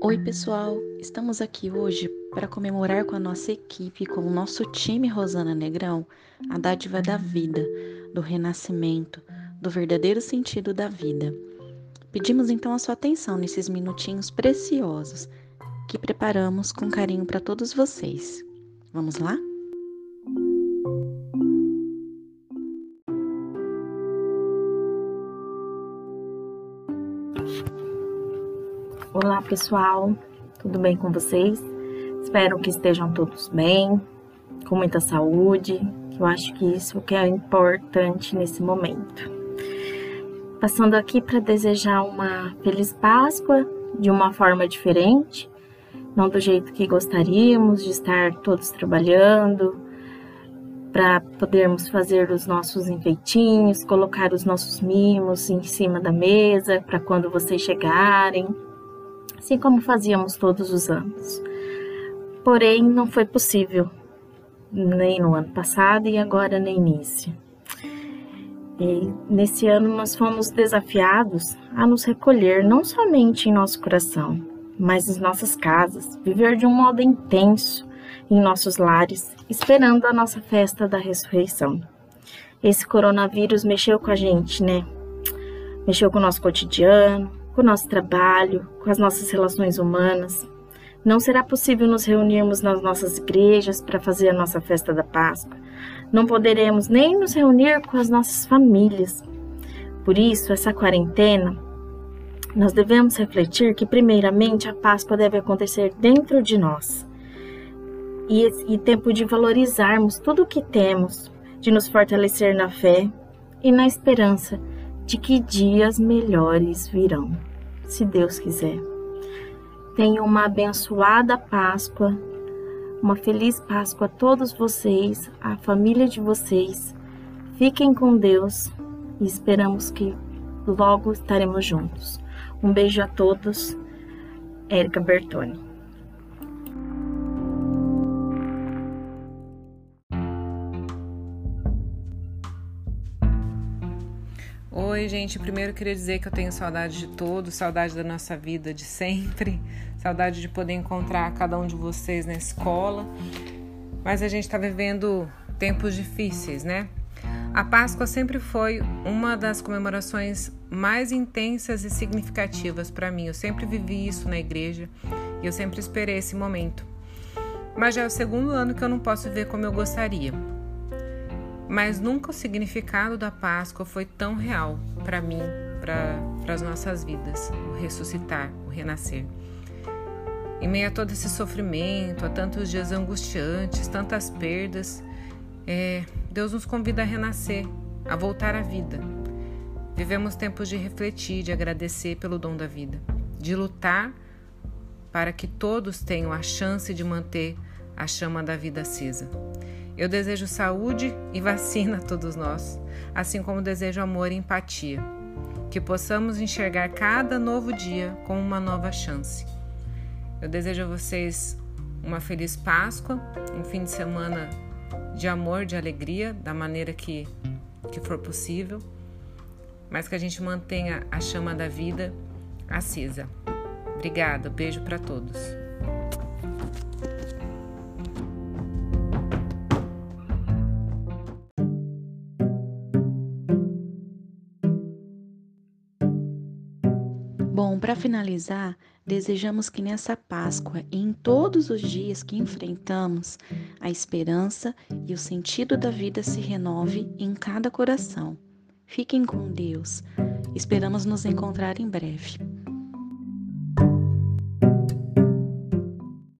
Oi, pessoal! Estamos aqui hoje para comemorar com a nossa equipe, com o nosso time Rosana Negrão, a dádiva da vida, do renascimento, do verdadeiro sentido da vida. Pedimos então a sua atenção nesses minutinhos preciosos que preparamos com carinho para todos vocês. Vamos lá? Olá pessoal, tudo bem com vocês? Espero que estejam todos bem, com muita saúde, que eu acho que isso que é importante nesse momento. Passando aqui para desejar uma feliz Páscoa de uma forma diferente, não do jeito que gostaríamos de estar todos trabalhando, para podermos fazer os nossos enfeitinhos, colocar os nossos mimos em cima da mesa para quando vocês chegarem, assim como fazíamos todos os anos. Porém, não foi possível, nem no ano passado e agora no início. E nesse ano nós fomos desafiados a nos recolher não somente em nosso coração, mas em nossas casas, viver de um modo intenso em nossos lares, esperando a nossa festa da ressurreição. Esse coronavírus mexeu com a gente, né? Mexeu com o nosso cotidiano, com o nosso trabalho, com as nossas relações humanas. Não será possível nos reunirmos nas nossas igrejas para fazer a nossa festa da Páscoa. Não poderemos nem nos reunir com as nossas famílias. Por isso, essa quarentena, nós devemos refletir que, primeiramente, a Páscoa deve acontecer dentro de nós. E tempo de valorizarmos tudo o que temos, de nos fortalecer na fé e na esperança de que dias melhores virão, se Deus quiser. Tenham uma abençoada Páscoa, uma feliz Páscoa a todos vocês, a família de vocês. Fiquem com Deus e esperamos que logo estaremos juntos. Um beijo a todos. Érica Bertoni. Oi, gente. Primeiro queria dizer que eu tenho saudade de todos, saudade da nossa vida de sempre, saudade de poder encontrar cada um de vocês na escola. Mas a gente está vivendo tempos difíceis, né? A Páscoa sempre foi uma das comemorações mais intensas e significativas para mim. Eu sempre vivi isso na igreja e eu sempre esperei esse momento. Mas já é o segundo ano que eu não posso ver como eu gostaria. Mas nunca o significado da Páscoa foi tão real para mim, para as nossas vidas, o ressuscitar, o renascer. Em meio a todo esse sofrimento, a tantos dias angustiantes, tantas perdas, Deus nos convida a renascer, a voltar à vida. Vivemos tempos de refletir, de agradecer pelo dom da vida, de lutar para que todos tenham a chance de manter a chama da vida acesa. Eu desejo saúde e vacina a todos nós, assim como desejo amor e empatia. Que possamos enxergar cada novo dia como uma nova chance. Eu desejo a vocês uma feliz Páscoa, um fim de semana de amor, de alegria, da maneira que for possível, mas que a gente mantenha a chama da vida acesa. Obrigada, beijo para todos. Bom, para finalizar, desejamos que nessa Páscoa e em todos os dias que enfrentamos, a esperança e o sentido da vida se renove em cada coração. Fiquem com Deus. Esperamos nos encontrar em breve.